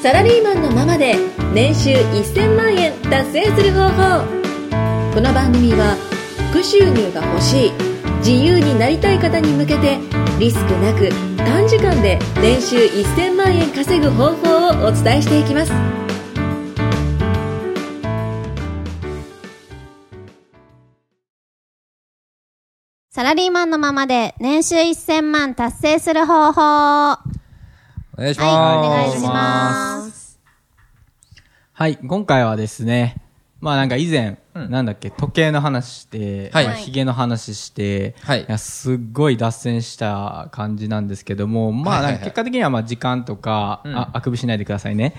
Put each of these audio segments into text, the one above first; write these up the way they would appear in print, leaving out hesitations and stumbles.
サラリーマンのままで年収1000万円達成する方法。この番組は副収入が欲しい、自由になりたい方に向けて、リスクなく短時間で年収1000万円稼ぐ方法をお伝えしていきます。 サラリーマンのままで年収1000万達成する方法。 お願いします。 はい、お願いします。 はい、今回はですね、まあなんか以前、なんだっけ、時計の話して、 はいまあ、髭の話して、 はい、 いやすっごい脱線した感じなんですけども、まあなんか結果的にはまあ時間とか、あくびしないでくださいね。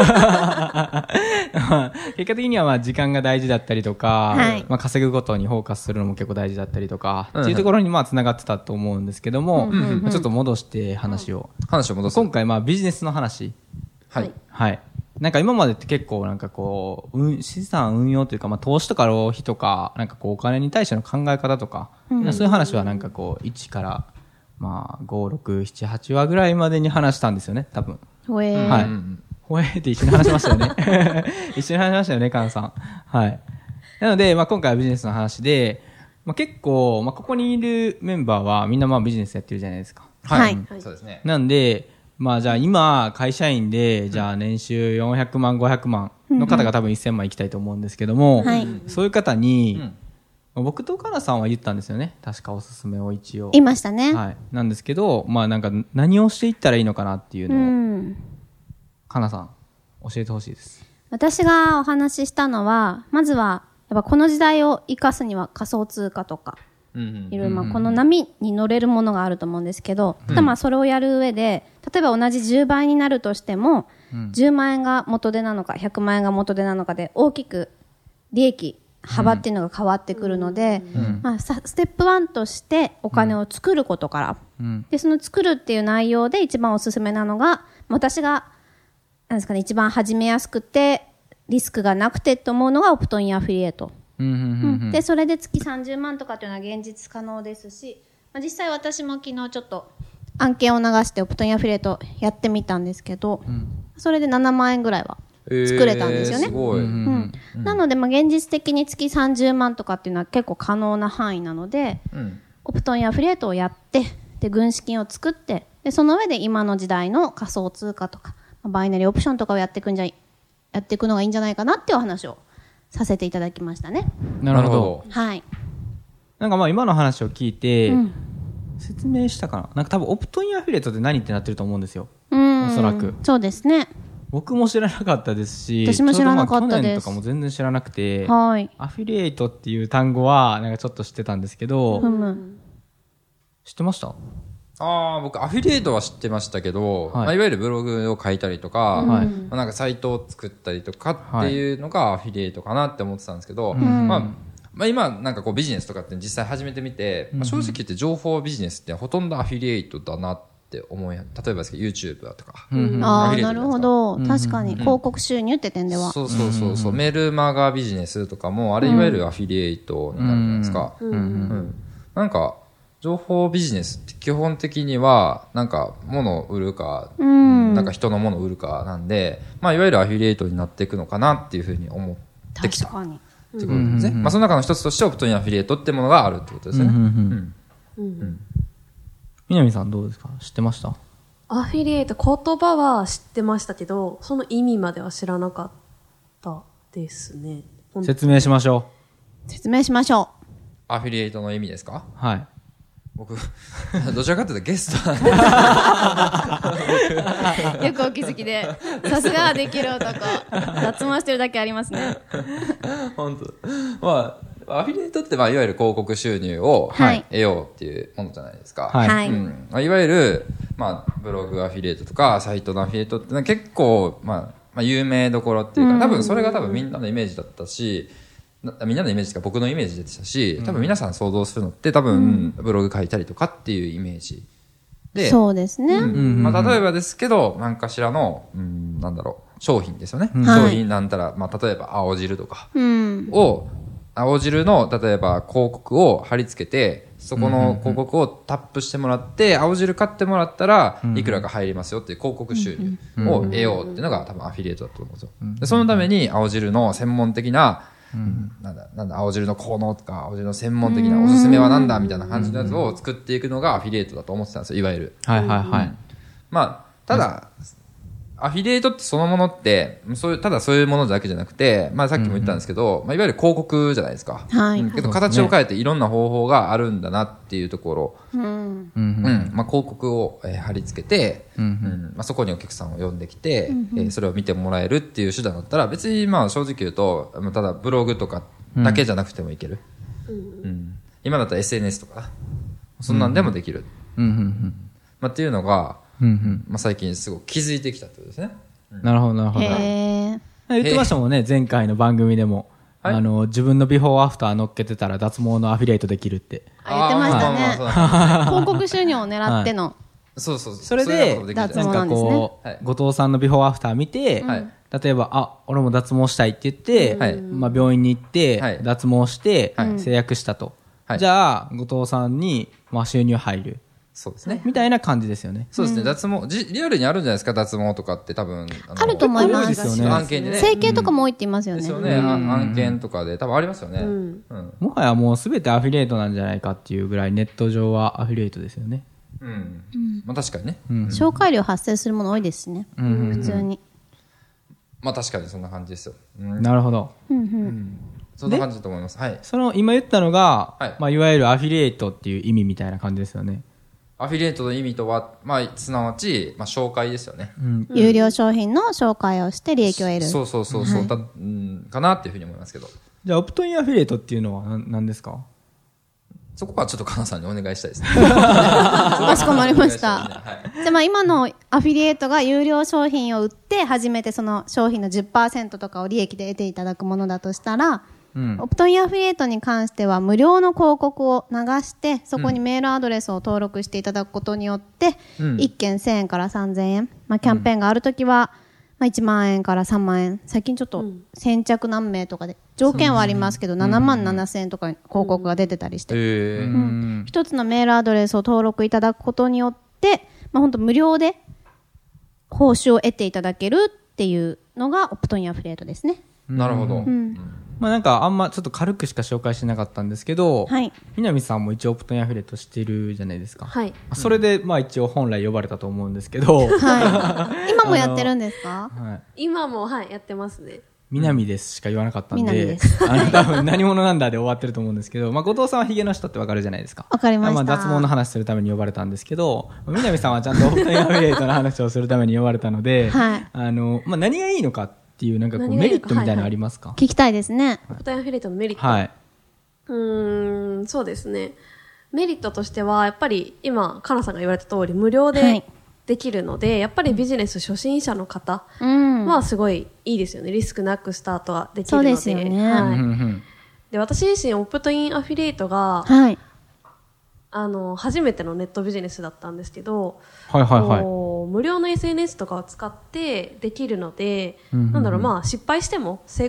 結果的にはまあ時間が大事だったりとか、 はい、 まあ稼ぐことにフォーカスするのも結構大事だったりとか、っていうところにまあ繋がってたと思うんですけども、まあちょっと戻して話を戻す。 今回まあビジネスの話。 はい。 はい。なんか今までって結構なんかこう、資産運用というか、まあ投資とか浪費とか、なんかこうお金に対しての考え方とか、そういう話はなんかこう、1からまあ5、6、7、8話ぐらいまでに話したんですよね、多分。 ほえー。 はい。ほえーって一緒に話しましたよね。一緒に話しましたよね、カンさん。はい。なので、まあ今回はビジネスの話で、まあ結構、まあここにいるメンバーはみんなまあビジネスやってるじゃないですか。 はい。 そうですね。 なんで、まあじゃあ今会社員でじゃあ年収400万500万の方が多分1000万いきたいと思うんですけども、そういう方に、僕とカナさんは言ったんですよね、確かおすすめを一応言いましたね。 はい。なんですけど、まあなんか何をしていったらいいのかなっていうのを、カナさん教えてほしいです。 私がお話ししたのは、まずはやっぱこの時代を生かすには仮想通貨とか、いろいろまあこの波に乗れるものがあると思うんですけど、ただまあそれをやる上で、例えば同じ10倍になるとしても、10万円が元手なのか100万円が元手なのかで大きく利益幅っていうのが変わってくるので、まあステップ1としてお金を作ることから、でその作るっていう内容で一番おすすめなのが、私がなんですかね、一番始めやすくてリスクがなくてと思うのがオプトインアフィリエイト。でそれで月30万とかっていうのは現実可能ですし、まあ、実際私も昨日ちょっと案件を流してオプトインアフィリエイトやってみたんですけど、それで7万円ぐらいは作れたんですよね。 すごい。 なので、まあ、現実的に月30万とかっていうのは結構可能な範囲なので、オプトインアフィリエイトをやって、で軍資金を作って、でその上で今の時代の仮想通貨とか、バイナリーオプションとかをやっていくのがいいんじゃないかなっていうお話をさせていただきましたね。 なるほど。 はい。 なんかまあ今の話を聞いて、説明したかな。なんか多分オプトインアフィリエイトって何ってなってると思うんですよ。おそらく。 そうですね。 僕も知らなかったですし、 私も知らなかったです。 去年とかも全然知らなくて、 はい。 アフィリエイトっていう単語はなんかちょっと知ってたんですけど、知ってました？ 僕アフィリエイトは知ってましたけど、いわゆるブログを書いたりとか、なんかサイトを作ったりとかっていうのがアフィリエイトかなって思ってたんですけど、まあ今なんかこうビジネスとかって実際始めてみて、正直言って情報ビジネスってほとんどアフィリエイトだなって思い、例えばですけど YouTube だとか。 なるほど。確かに広告収入って点では。 そう。メルマガビジネスとかも、あれいわゆるアフィリエイトになるじゃないですか。なんか、情報ビジネスって基本的には、なんか物を売るか、なんか人の物を売るかなんで、まあいわゆるアフィリエイトになっていくのかなっていうふうに思ってきた。 確かに。 ってことですね。まあその中の一つとしてオプトインアフィリエイトってものがあるってことですよね。 南さんどうですか？知ってました？ アフィリエイト言葉は知ってましたけど、その意味までは知らなかったですね。 説明しましょう。 アフィリエイトの意味ですか？ はい。 僕、どちらかというとゲストなんで。よくお気づきで。さすができる男。脱毛してるだけありますね。 本当。まあ、アフィリエイトってまあいわゆる広告収入を得ようっていうものじゃないですか。いわゆる、まあ、ブログアフィリエイトとか、サイトのアフィリエイトってのは結構、まあ、有名どころっていうか、多分それが多分みんなのイメージだったし、みんなのイメージとか僕のイメージでしたし、多分皆さん想像するのって多分ブログ書いたりとかっていうイメージで。 そうですね。 まあ例えばですけど、何かしらの、なんだろう、商品ですよね。商品なんたら、まあ例えば青汁とかを、青汁の例えば広告を貼り付けて、 そこの広告をタップしてもらって、青汁買ってもらったらいくらか入りますよっていう広告収入を得ようっていうのが多分アフィリエイトだと思うんですよ。でそのために青汁の専門的ななんだ青汁の効能とか青汁の専門的なおすすめはなんだみたいな感じのやつを作っていくのがアフィリエイトだと思ってたんですよ、いわゆる。 はいはいはい。 まあただ、アフィリエイトってそのものって、ただそういうものだけじゃなくて、まあさっきも言ったんですけど、まあいわゆる広告じゃないですか。 はい。 けど形を変えていろんな方法があるんだなっていうところ。まあ広告を貼り付けて、まあそこにお客さんを呼んできて、それを見てもらえるっていう手段だったら、別にまあ正直言うと、ただブログとかだけじゃなくてもいける。今だったら SNS とか、そんなんでもできる。まあっていうのが、まあ最近すごく気づいてきたってことですね。 なるほどなるほど。言ってましたもんね、前回の番組でも。自分のビフォーアフター乗っけてたら脱毛のアフィリエイトできるって。 言ってましたね。広告収入を狙っての。 そうそう。 それで、なんかこう、後藤さんのビフォーアフター見て、例えば、俺も脱毛したいって言って、まあ病院に行って、脱毛して、制約したと。じゃあ、後藤さんに、まあ収入入る。 そうですね。 みたいな感じですよね。 そうですね。脱毛、リアルにあるんじゃないですか、脱毛とかって多分。 あると思います。 ですよね。 案件でね。 整形とかも多いって言いますよね。 ですよね。案件とかで多分ありますよね。 もはやもうすべてアフィリエイトなんじゃないかっていうぐらいネット上はアフィリエイトですよね。 まあ確かにね。 紹介料発生するもの多いですしね。普通に。 まあ確かにそんな感じですよ。 なるほど。 そんな感じだと思います。はい。 その今言ったのが、まあいわゆるアフィリエイトっていう意味みたいな感じですよね。 アフィリエイトの意味とは、まあ、すなわち、まあ、紹介ですよね。 有料商品の紹介をして利益を得る。 そう、かなっていうふうに思いますけど。 じゃあ、オプトインアフィリエイトっていうのは何ですか？ そこはちょっとかなさんにお願いしたいですね。 かしこまりました。じゃあ、まあ、今のアフィリエイトが有料商品を売って、初めてその商品の 10% とかを利益で得ていただくものだとしたら、オプトインアフィリエイトに関しては無料の広告を流してそこにメールアドレスを登録していただくことによって、1件1000円から3000円、まあ、キャンペーンがあるときは、まあ、1万円から3万円最近ちょっと先着何名とかで条件はありますけど7万7000円とか広告が出てたりして、一つのメールアドレスを登録いただくことによって、まあ、本当無料で報酬を得ていただけるっていうのがオプトインアフィリエイトですね。 なるほど。 まあなんかあんまちょっと軽くしか紹介してなかったんですけど、南さんも一応オプトインアフィリエイトしてるじゃないですか。はい。それでまあ一応本来呼ばれたと思うんですけど、 今もやってるんですか？ 今もやってますね。 南ですしか言わなかったんで、多分何者なんだで終わってると思うんですけど、まあ後藤さんはヒゲの人ってわかるじゃないですか。 わかりました。 まあ脱毛の話するために呼ばれたんですけど、南さんはちゃんとオプトインアフィリエイトの話をするために呼ばれたので、まあ何がいいのかっていうなんかこうメリットみたいなのありますか？ 聞きたいですね。 オプトインアフィリエイトのメリット。そうですね。メリットとしてはやっぱり今カナさんが言われた通り無料でできるので、やっぱりビジネス初心者の方はすごいいいですよね。リスクなくスタートができるので。 そうですよね。 で、私自身オプトインアフィリエイトが、初めてのネットビジネスだったんですけど、無料の SNS とかを使ってできるので、なんだろう、まあ失敗しても失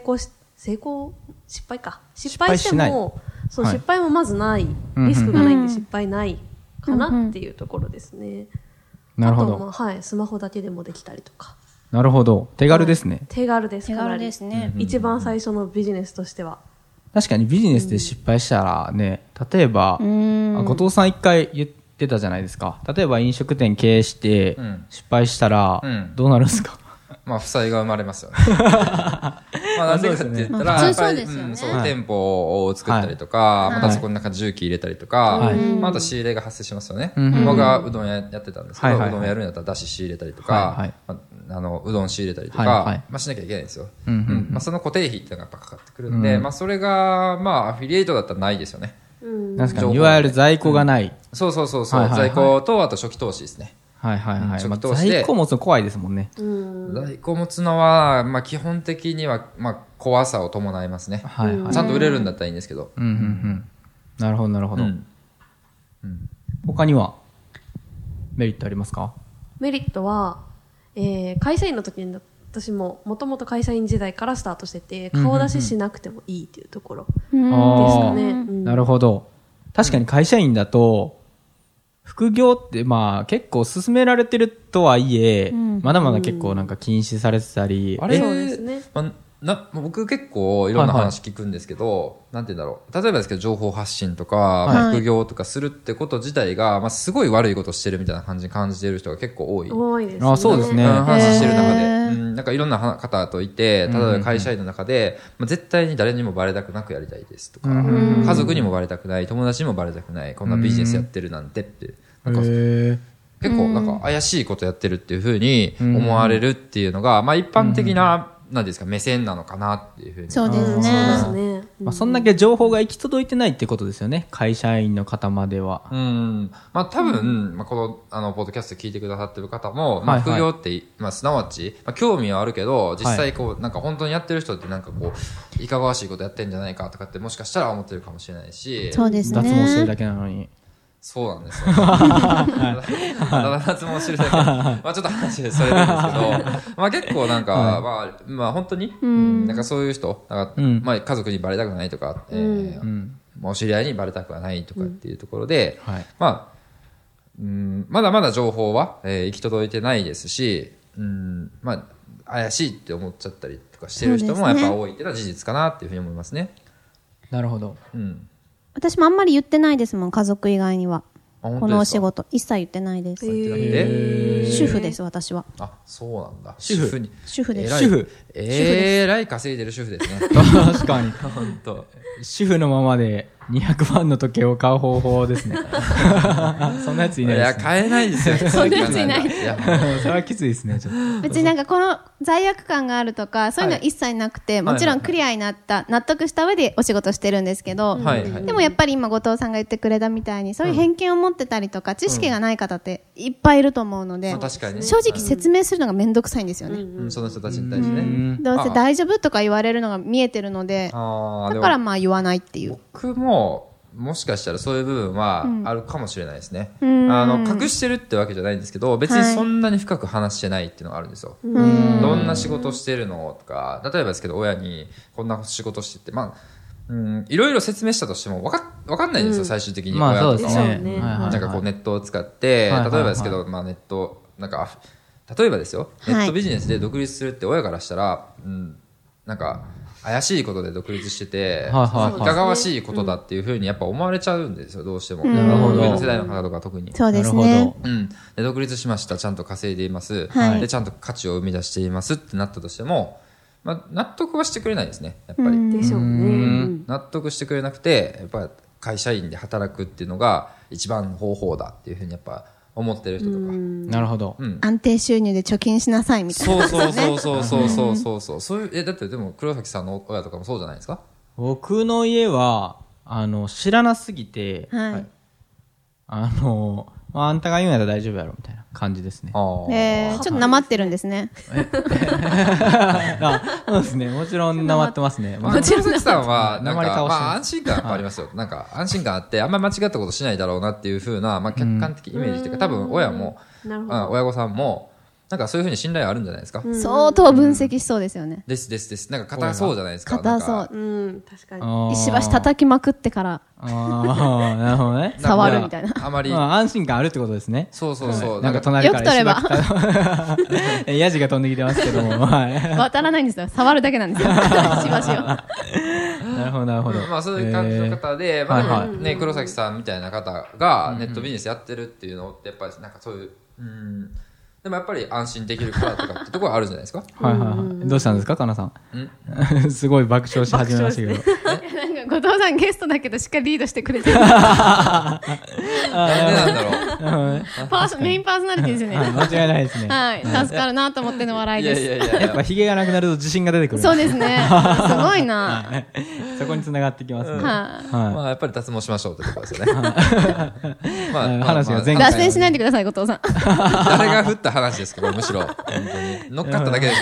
敗しても、失敗もまずない、リスクがないんで失敗ないかなっていうところですね。 なるほど。 あと、スマホだけでもできたりとか。 なるほど。手軽ですね。 手軽です。 手軽ですね。 一番最初のビジネスとしては。 確かにビジネスで失敗したらね、例えば、後藤さん一回言ってたじゃないですか。例えば飲食店経営して失敗したらどうなるんですか？ まあ負債が生まれますよね。まあなんでかって言ったら、やっぱり店舗を作ったりとか、またそこの中重機入れたりとか、また仕入れが発生しますよね。僕はうどんやってたんですけど、うどんやるんだったらだし仕入れたりとか、うどん仕入れたりとか、まあしなきゃいけないんですよ。まあその固定費っていうのがやっぱかかってくるんで、まあそれが、まあアフィリエイトだったらないですよね。 確かに、いわゆる在庫がない。 そう。在庫と、あと初期投資ですね。 在庫持つの怖いですもんね。 在庫持つのは、まあ基本的には、まあ怖さを伴いますね。ちゃんと売れるんだったらいいんですけど。 なるほど、なるほど。他にはメリットありますか？ メリットは、会社員の時に私もともと会社員時代からスタートしてて、顔出ししなくてもいいっていうところですかね。 なるほど。 確かに会社員だと、副業ってまあ結構勧められてるとはいえ、まだまだ結構なんか禁止されてたり。 あれそうですね。僕結構いろんな話聞くんですけど、なんて言うんだろう。例えばですけど、情報発信とか、副業とかするってこと自体が、まあすごい悪いことしてるみたいな感じに感じてる人が結構多い。 多いですね。 あ、そうですね。 話してる中で。なんかいろんな方といて、例えば会社員の中で、絶対に誰にもバレたくなくやりたいですとか、家族にもバレたくない、友達にもバレたくない、こんなビジネスやってるなんてって、なんか結構なんか怪しいことやってるっていうふうに思われるっていうのが、まあ一般的な、なんですか、目線なのかなっていうふうに。 そうですね。 まあそんだけ情報が行き届いてないってことですよね。会社員の方までは。 まあ多分、まあこの、ポッドキャスト聞いてくださってる方も、まあ副業って、まあすなわち、まあ興味はあるけど、実際こう、なんか本当にやってる人ってなんかこう、いかがわしいことやってんじゃないかとかってもしかしたら思ってるかもしれないし。 そうですね。 脱毛してるだけなのに。 そうなんですよ。ただ脱毛してるだけ。まあちょっと話でそれるんですけど、まあ結構なんか、まあ本当に、なんかそういう人、なんかまあ家族にバレたくないとか、まあお知り合いにバレたくはないとかっていうところで、まあ、まだまだ情報は、行き届いてないですし、まあ怪しいって思っちゃったりとかしてる人もやっぱ多いっていうのは事実かなっていうふうに思いますね。 なるほど。 私もあんまり言ってないですもん、家族以外には。このお仕事一切言ってないです。主婦です、私は。 あ、そうなんだ。 主婦です。主婦。 らい稼いでる主婦ですね。 確かに。 本当。 主婦のままで200万の時計を買う方法ですね。そんなやついないです、ね。 いや、買えないですよ。 そんなやついない。 いや、それはきついですね、ちょっと。 別になんかこの罪悪感があるとか、そういうのは一切なくて、もちろんクリアになった、納得した上でお仕事してるんですけど、でもやっぱり今後藤さんが言ってくれたみたいに、そういう偏見を持ってたりとか、知識がない方っていっぱいいると思うので、正直説明するのがめんどくさいんですよね。 その人たちに対してね。 どうせ大丈夫とか言われるのが見えてるので、だからまあ言わないっていう。 僕も、もしかしたらそういう部分はあるかもしれないですね。隠してるってわけじゃないんですけど、別にそんなに深く話してないっていうのがあるんですよ。どんな仕事してるのとか、例えばですけど、親にこんな仕事してて、まあ、いろいろ説明したとしてもわかんないんですよ、最終的に。 まあそうですね。 なんかこうネットを使って、例えばですけど、まあネット、なんか、例えばですよ、ネットビジネスで独立するって親からしたら、なんか、怪しいことで独立してて、いかがわしいことだっていうふうにやっぱ思われちゃうんですよ、どうしても。上の世代の方とか特に。 そうですね。 で、独立しました、ちゃんと稼いでいます。で、ちゃんと価値を生み出していますってなったとしても、まあ、納得はしてくれないですね、やっぱり。 でしょうね。 納得してくれなくて、やっぱ会社員で働くっていうのが一番の方法だっていうふうにやっぱ思ってる人とか。 なるほど。 安定収入で貯金しなさいみたいな。 そういう、だってでも黒崎さんの親とかもそうじゃないですか？ 僕の家は、知らなすぎて、あんたが言うんやったら大丈夫やろみたいな感じですね。 ちょっとなまってるんですね。 そうですね。もちろんなまってますね。 黒崎さんは、なんか、まあ安心感ありますよ。なんか安心感あって、あんまり間違ったことしないだろうなっていう風な、まあ客観的イメージというか、多分親も、親御さんも、なんかそういう風に信頼あるんじゃないですか。 相当分析しそうですよね。 です。なんか硬そうじゃないですか。 硬そう。 確かに。 石橋叩きまくってから。 なるほどね。 触るみたいな。 あまり。 安心感あるってことですね。 そう。 なんか隣から石橋叩ヤジが飛んできてますけども。 渡らないんですよ。触るだけなんですよ。石橋を。 なるほど。 まあそういう感じの方で、まあね、黒崎さんみたいな方がネットビジネスやってるっていうのって、やっぱりなんかそういう、でもやっぱり安心できるからとかってところはあるじゃないですか。 どうしたんですか、かなさん。すごい爆笑し始めましたけど。 なんか後藤さんゲストだけどしっかりリードしてくれてる。 なんでなんだろう。 メインパーソナリティですね。 間違いないですね。 はい。助かるなと思っての笑いです。 やっぱヒゲがなくなると自信が出てくる。 そうですね。すごいな。 そこに繋がってきますね。 まあやっぱり脱毛しましょうってところですよね。 まあ話が脱線しないでください、後藤さん。 誰が振った話ですか、これむしろ。本当に。乗っかっただけでし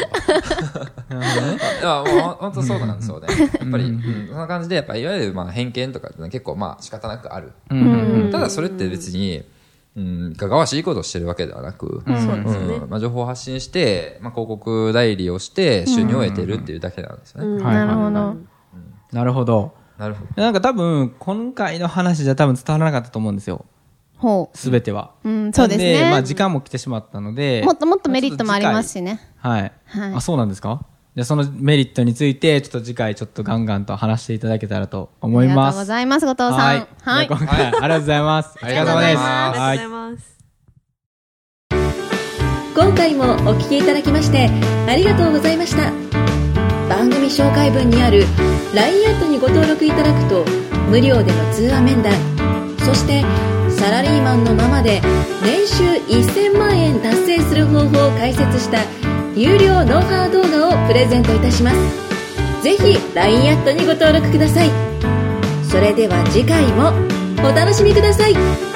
ょ。本当そうなんですよね。やっぱり、そんな感じで、やっぱいわゆるまあ偏見とかってのは結構まあ仕方なくある。ただそれって別に、いかがわしいことをしてるわけではなく、まあ情報を発信して、まあ広告代理をして収入を得てるっていうだけなんですよね。 なるほど。 なるほど。 なるほど。 なんか多分、今回の話じゃ多分伝わらなかったと思うんですよ。すべては。 そうですね。 まあ時間も来てしまったので。 もっともっとメリットもありますしね。 はい。あ、そうなんですか？じゃあそのメリットについて、ちょっと次回ちょっとガンガンと話していただけたらと思います。ありがとうございます、後藤さん。はい。 はい。今回ありがとうございます。 ありがとうございます。 ありがとうございます。 今回もお聞きいただきましてありがとうございました。番組紹介文にある LINE アットにご登録いただくと無料での通話面談、そしてサラリーマンのままで年収1000万円達成する方法を解説した有料ノウハウ動画をプレゼントいたします。ぜひ LINE アットにご登録ください。それでは次回もお楽しみください。